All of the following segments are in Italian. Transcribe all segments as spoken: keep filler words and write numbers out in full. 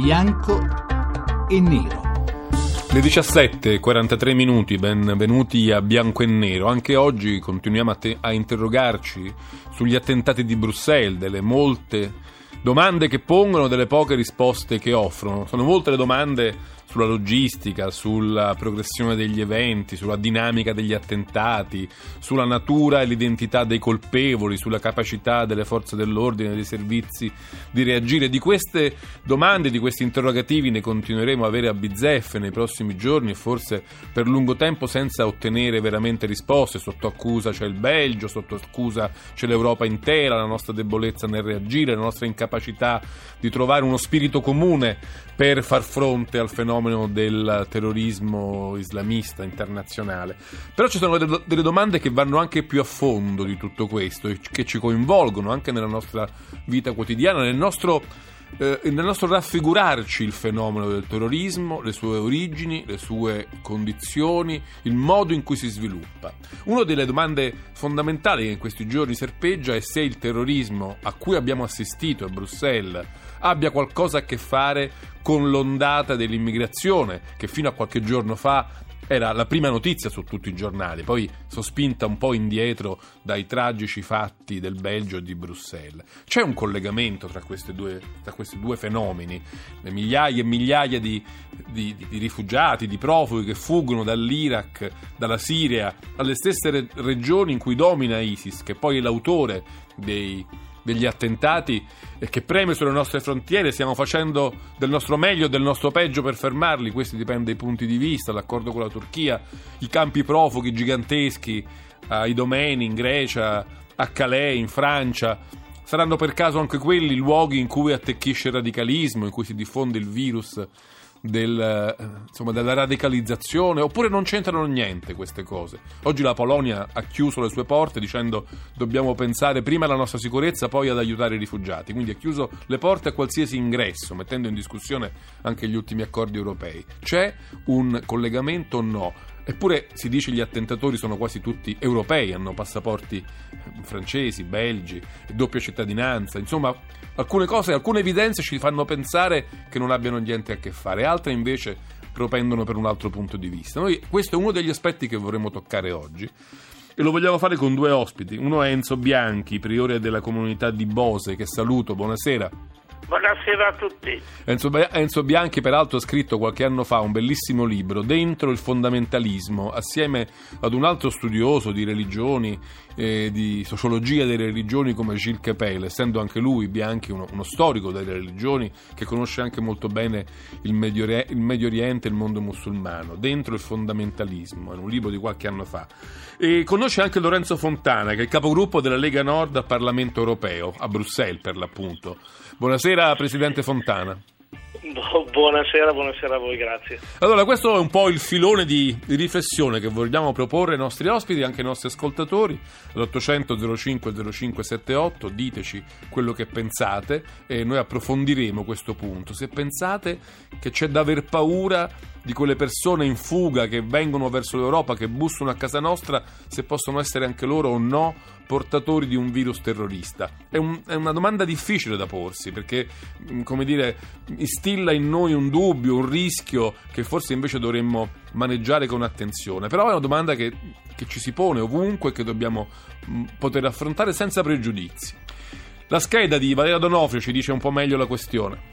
bianco e nero. Le diciassette e quarantatré minuti, benvenuti a Bianco e Nero. Anche oggi continuiamo a, te- a interrogarci sugli attentati di Bruxelles, delle molte domande che pongono, delle poche risposte che offrono. Sono molte le domande sulla logistica, sulla progressione degli eventi, sulla dinamica degli attentati, sulla natura e l'identità dei colpevoli, sulla capacità delle forze dell'ordine e dei servizi di reagire. Di queste domande, di questi interrogativi ne continueremo a avere a bizzeffe nei prossimi giorni e forse per lungo tempo senza ottenere veramente risposte. Sotto accusa c'è il Belgio, sotto accusa c'è l'Europa intera, la nostra debolezza nel reagire, la nostra incapacità di trovare uno spirito comune per far fronte al fenomeno del terrorismo islamista internazionale. Però ci sono delle domande che vanno anche più a fondo di tutto questo e che ci coinvolgono anche nella nostra vita quotidiana, nel nostro, eh, nel nostro raffigurarci il fenomeno del terrorismo, le sue origini, le sue condizioni, il modo in cui si sviluppa. Una delle domande fondamentali che in questi giorni serpeggia è se il terrorismo a cui abbiamo assistito a Bruxelles abbia qualcosa a che fare con l'ondata dell'immigrazione, che fino a qualche giorno fa era la prima notizia su tutti i giornali, poi sospinta un po' indietro dai tragici fatti del Belgio e di Bruxelles. C'è un collegamento tra queste due, tra questi due fenomeni, le migliaia e migliaia di, di, di rifugiati, di profughi che fuggono dall'Iraq, dalla Siria, alle stesse re- regioni in cui domina ISIS, che poi è l'autore dei degli attentati e che preme sulle nostre frontiere. Stiamo facendo del nostro meglio o del nostro peggio per fermarli, questo dipende dai punti di vista, l'accordo con la Turchia, i campi profughi giganteschi a Idomeni in Grecia, a Calais in Francia. Saranno per caso anche quelli luoghi in cui attecchisce il radicalismo, in cui si diffonde il virus del, insomma, della radicalizzazione, oppure non c'entrano niente queste cose? Oggi la Polonia ha chiuso le sue porte dicendo dobbiamo pensare prima alla nostra sicurezza, poi ad aiutare i rifugiati, quindi ha chiuso le porte a qualsiasi ingresso, mettendo in discussione anche gli ultimi accordi europei. C'è un collegamento o no? Eppure si dice gli attentatori sono quasi tutti europei, hanno passaporti francesi, belgi, doppia cittadinanza, insomma alcune cose, alcune evidenze ci fanno pensare che non abbiano niente a che fare, altre invece propendono per un altro punto di vista. Noi, questo è uno degli aspetti che vorremmo toccare oggi e lo vogliamo fare con due ospiti. Uno è Enzo Bianchi, priore della comunità di Bose, che saluto, buonasera. Buonasera a tutti. Enzo, Enzo Bianchi peraltro ha scritto qualche anno fa un bellissimo libro, Dentro il fondamentalismo, assieme ad un altro studioso di religioni, eh, di sociologia delle religioni come Gilles Kepel, essendo anche lui, Bianchi, uno, uno storico delle religioni che conosce anche molto bene il Medio, il Medio Oriente e il mondo musulmano. Dentro il fondamentalismo, è un libro di qualche anno fa. E conosce anche Lorenzo Fontana, che è il capogruppo della Lega Nord al Parlamento Europeo, a Bruxelles per l'appunto. Buonasera Presidente Fontana. Buonasera, buonasera a voi, grazie. Allora, questo è un po' il filone di, di riflessione che vogliamo proporre ai nostri ospiti e anche ai nostri ascoltatori. All'ottocento zero cinque zero cinque sette otto diteci quello che pensate e noi approfondiremo questo punto. Se pensate che c'è da aver paura di quelle persone in fuga che vengono verso l'Europa, che bussano a casa nostra, se possono essere anche loro o no portatori di un virus terrorista. È, un, è una domanda difficile da porsi perché, come dire, instilla in noi un dubbio, un rischio che forse invece dovremmo maneggiare con attenzione. Però è una domanda che, che ci si pone ovunque e che dobbiamo mh, poter affrontare senza pregiudizi. La scheda di Valeria Donofrio ci dice un po' meglio la questione.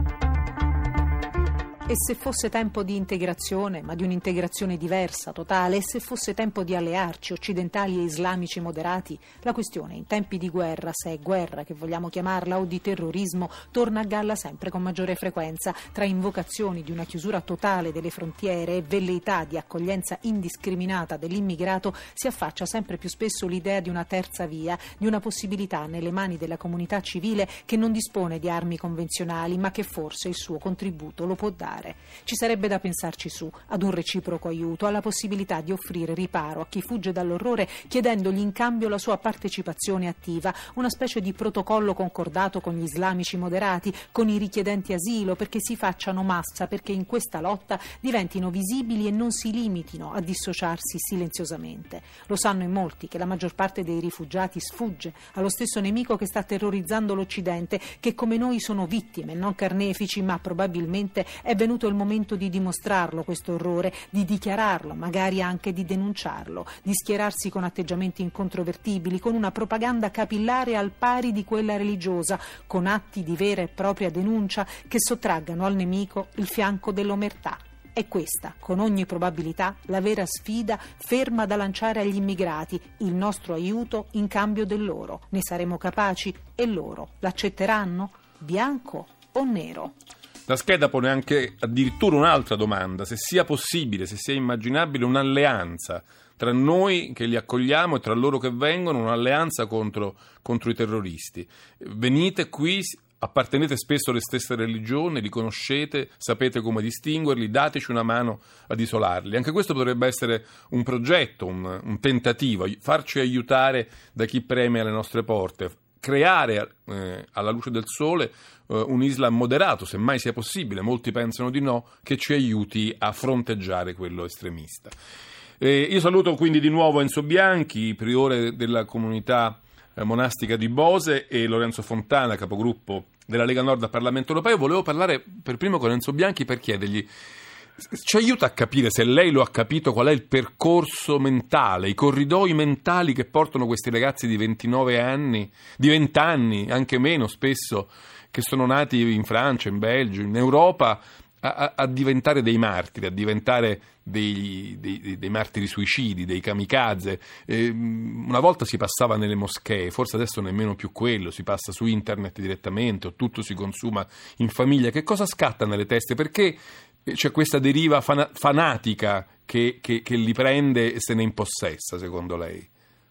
E se fosse tempo di integrazione, ma di un'integrazione diversa, totale, e se fosse tempo di allearci, occidentali e islamici moderati, la questione in tempi di guerra, se è guerra che vogliamo chiamarla, o di terrorismo, torna a galla sempre con maggiore frequenza. Tra invocazioni di una chiusura totale delle frontiere e velleità di accoglienza indiscriminata dell'immigrato si affaccia sempre più spesso l'idea di una terza via, di una possibilità nelle mani della comunità civile che non dispone di armi convenzionali, ma che forse il suo contributo lo può dare. fare. Ci sarebbe da pensarci su, ad un reciproco aiuto, alla possibilità di offrire riparo a chi fugge dall'orrore chiedendogli in cambio la sua partecipazione attiva, una specie di protocollo concordato con gli islamici moderati, con i richiedenti asilo, perché si facciano massa, perché in questa lotta diventino visibili e non si limitino a dissociarsi silenziosamente. Lo sanno in molti che la maggior parte dei rifugiati sfugge allo stesso nemico che sta terrorizzando l'Occidente, che come noi sono vittime, non carnefici, ma probabilmente è venuto il momento di dimostrarlo questo orrore, di dichiararlo, magari anche di denunciarlo, di schierarsi con atteggiamenti incontrovertibili, con una propaganda capillare al pari di quella religiosa, con atti di vera e propria denuncia che sottraggano al nemico il fianco dell'omertà. È questa, con ogni probabilità, la vera sfida ferma da lanciare agli immigrati, il nostro aiuto in cambio del loro. Ne saremo capaci? E loro l'accetteranno? Bianco o nero? La scheda pone anche addirittura un'altra domanda: se sia possibile, se sia immaginabile un'alleanza tra noi che li accogliamo e tra loro che vengono, un'alleanza contro, contro i terroristi. Venite qui, appartenete spesso alle stesse religioni, li conoscete, sapete come distinguerli, dateci una mano ad isolarli. Anche questo potrebbe essere un progetto, un, un tentativo, farci aiutare da chi preme alle nostre porte, creare eh, alla luce del sole eh, un Islam moderato, se mai sia possibile, molti pensano di no, che ci aiuti a fronteggiare quello estremista. Eh, io saluto quindi di nuovo Enzo Bianchi, priore della comunità monastica di Bose, e Lorenzo Fontana, capogruppo della Lega Nord al Parlamento Europeo. Volevo parlare per primo con Enzo Bianchi per chiedergli: ci aiuta a capire, se lei lo ha capito, qual è il percorso mentale, i corridoi mentali che portano questi ragazzi di ventinove anni, di venti anni, anche meno spesso, che sono nati in Francia, in Belgio, in Europa, a, a diventare dei martiri, a diventare dei, dei, dei martiri suicidi, dei kamikaze. Eh, una volta si passava nelle moschee, forse adesso nemmeno più quello, si passa su internet direttamente o tutto si consuma in famiglia. Che cosa scatta nelle teste? Perché c'è questa deriva fana- fanatica che, che, che li prende e se ne impossessa, secondo lei?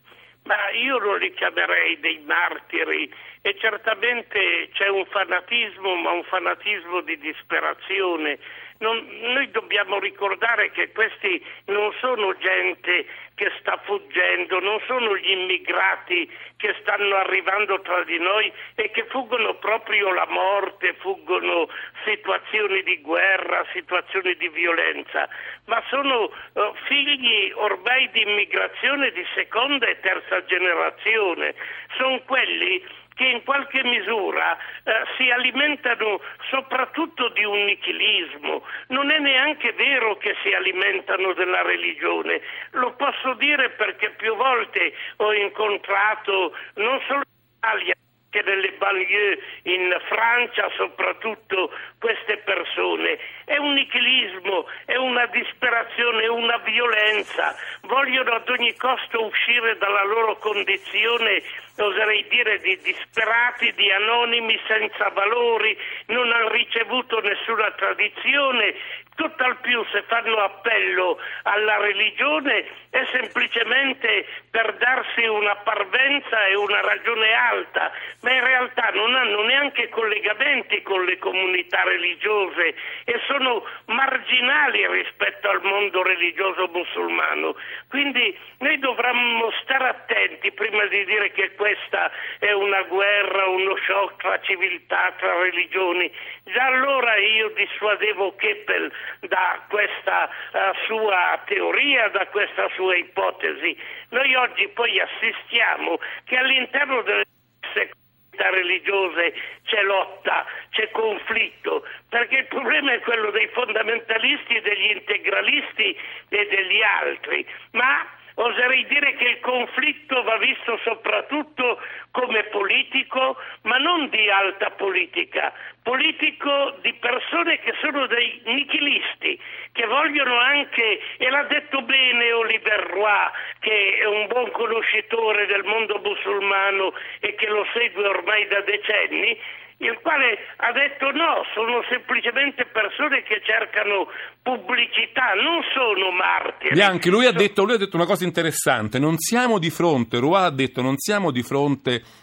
Ma io non li chiamerei dei martiri, e certamente c'è un fanatismo, ma un fanatismo di disperazione. Non, noi dobbiamo ricordare che questi non sono gente che sta fuggendo, non sono gli immigrati che stanno arrivando tra di noi e che fuggono proprio la morte, fuggono situazioni di guerra, situazioni di violenza, ma sono uh, figli ormai di immigrazione di seconda e terza generazione. Sono quelli che in qualche misura eh, si alimentano soprattutto di un nichilismo. Non è neanche vero che si alimentano della religione. Lo posso dire perché più volte ho incontrato, non solo in Italia, che nelle banlieue in Francia soprattutto, queste persone. È un nichilismo, è una disperazione, è una violenza. Vogliono ad ogni costo uscire dalla loro condizione, oserei dire, di disperati, di anonimi senza valori, non hanno ricevuto nessuna tradizione. Tutt'al più, se fanno appello alla religione, è semplicemente per darsi una parvenza e una ragione alta, ma in realtà non hanno neanche collegamenti con le comunità religiose e sono marginali rispetto al mondo religioso musulmano. Quindi noi dovremmo stare attenti prima di dire che questa è una guerra, uno shock tra civiltà, tra religioni. Già allora io dissuadevo Keppel da questa uh, sua teoria, da questa sua ipotesi. Noi oggi poi assistiamo che all'interno delle comunità religiose c'è lotta, c'è conflitto, perché il problema è quello dei fondamentalisti, degli integralisti e degli altri, ma oserei dire che il conflitto va visto soprattutto come politico, ma non di alta politica, politico di persone che sono dei nichilisti, che vogliono anche, e l'ha detto bene Oliver Roy, che è un buon conoscitore del mondo musulmano e che lo segue ormai da decenni, il quale ha detto no, sono semplicemente persone che cercano pubblicità, non sono martiri. Bianchi, lui ha detto, lui ha detto una cosa interessante: non siamo di fronte, Roy ha detto, non siamo di fronte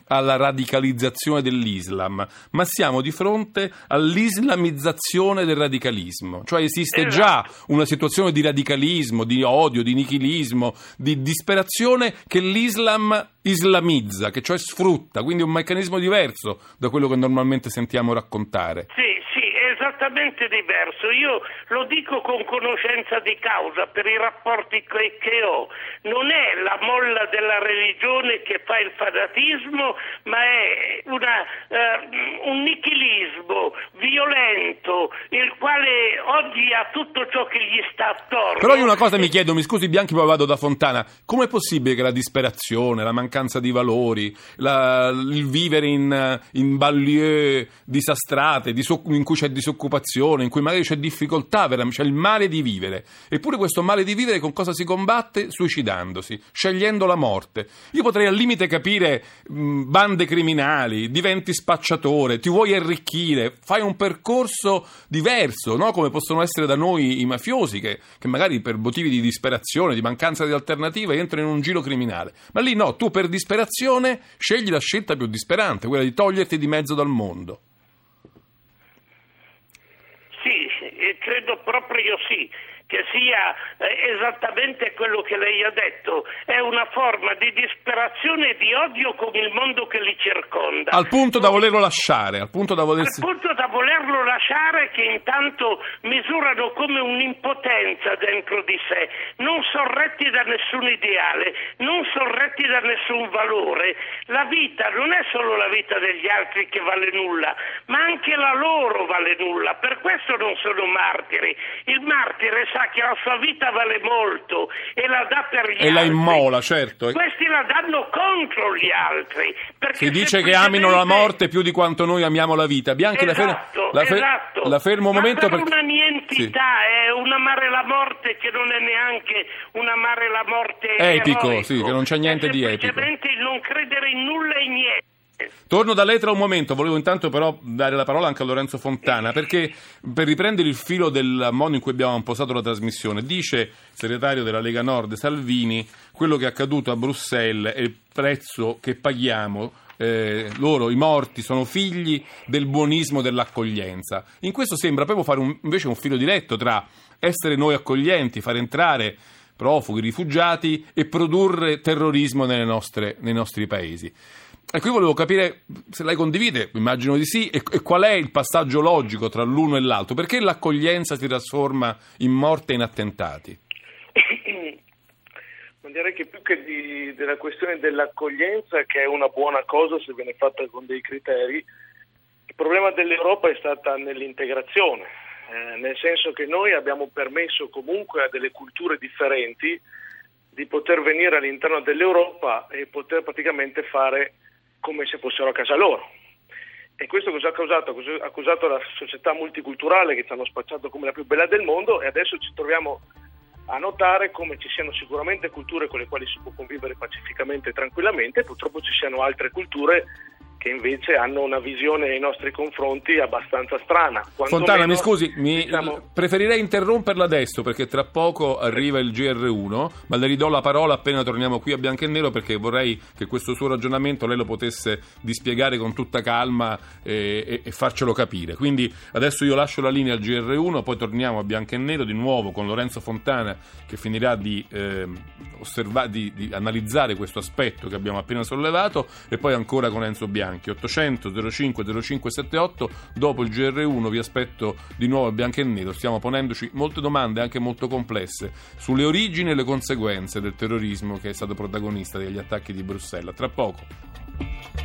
alla radicalizzazione dell'Islam, ma siamo di fronte all'islamizzazione del radicalismo. Cioè esiste già una situazione di radicalismo, di odio, di nichilismo, di disperazione che l'Islam islamizza, che cioè sfrutta, quindi è un meccanismo diverso da quello che normalmente sentiamo raccontare. Sì, sì, è esattamente diverso. Io lo dico con conoscenza di causa per i rapporti che, che ho. Non è la molla della religione che fa il fanatismo, ma è una, uh, un nichilismo violento, il quale oggi ha tutto ciò che gli sta attorno. Però io una cosa mi chiedo, mi scusi Bianchi, poi vado da Fontana, com'è possibile che la disperazione, la mancanza di valori, la, il vivere in, in banlieue disastrate, disoc- in cui c'è disoccupazione, in cui magari c'è difficoltà, c'è il male di vivere, eppure questo male di vivere con cosa si combatte? Suicidandosi, scegliendo la morte. Io potrei al limite capire mh, bande criminali, diventi spacciatore, ti vuoi arricchire, fai un percorso diverso, no? Come possono essere da noi i mafiosi che, che magari per motivi di disperazione, di mancanza di alternative entrano in un giro criminale, ma lì no, tu per disperazione scegli la scelta più disperante, quella di toglierti di mezzo dal mondo. Sì, credo proprio sì, che sia eh, esattamente quello che lei ha detto, è una forma di disperazione e di odio con il mondo che li circonda. Al punto da volerlo lasciare, al punto da volersi... Al punto da volerlo lasciare, che intanto misurano come un'impotenza dentro di sé, non sorretti da nessun ideale, non sorretti da nessun valore. La vita non è solo la vita degli altri che vale nulla, ma anche la loro vale nulla, per questo non sono martiri. Il martire sa che la sua vita vale molto e la dà per gli altri. E la immola, certo. Questi la danno contro gli altri. Si dice che amino la morte più di quanto noi amiamo la vita. Bianchi, esatto, la, fer- la, fer- esatto. la fermo un ma momento per perché... una nientità, sì. È un amare la morte che non è neanche un amare la morte etico, eroico. Sì, che non c'è niente di etico. Semplicemente il non credere in nulla e niente. Torno da lei tra un momento, volevo intanto però dare la parola anche a Lorenzo Fontana, perché per riprendere il filo del modo in cui abbiamo impostato la trasmissione, dice il segretario della Lega Nord Salvini, quello che è accaduto a Bruxelles è il prezzo che paghiamo, eh, loro, i morti, sono figli del buonismo dell'accoglienza. In questo sembra proprio fare un, invece un filo diretto tra essere noi accoglienti, far entrare profughi, rifugiati e produrre terrorismo nelle nostre, nei nostri paesi. E qui volevo capire se lei condivide, immagino di sì, e, e qual è il passaggio logico tra l'uno e l'altro, perché l'accoglienza si trasforma in morte e in attentati? Ma direi che più che di, della questione dell'accoglienza, che è una buona cosa se viene fatta con dei criteri, il problema dell'Europa è stata nell'integrazione, eh, nel senso che noi abbiamo permesso comunque a delle culture differenti di poter venire all'interno dell'Europa e poter praticamente fare come se fossero a casa loro. E questo cosa ha causato? Ha causato la società multiculturale che ci hanno spacciato come la più bella del mondo, e adesso ci troviamo a notare come ci siano sicuramente culture con le quali si può convivere pacificamente e tranquillamente, e purtroppo ci siano altre culture che invece hanno una visione nei nostri confronti abbastanza strana. Quanto Fontana, meno, mi scusi, mi diciamo... preferirei interromperla adesso perché tra poco arriva il G R uno, ma le ridò la parola appena torniamo qui a Bianco e Nero, perché vorrei che questo suo ragionamento lei lo potesse dispiegare con tutta calma e, e, e farcelo capire. Quindi adesso io lascio la linea al G R uno, poi torniamo a Bianco e Nero di nuovo con Lorenzo Fontana, che finirà di, eh, osserva- di, di analizzare questo aspetto che abbiamo appena sollevato, e poi ancora con Enzo Bianchi. ottocento zero cinque zero cinque settantotto. Dopo il G R uno vi aspetto di nuovo a Bianco e Nero. Stiamo ponendoci molte domande anche molto complesse sulle origini e le conseguenze del terrorismo che è stato protagonista degli attacchi di Bruxelles. Tra poco.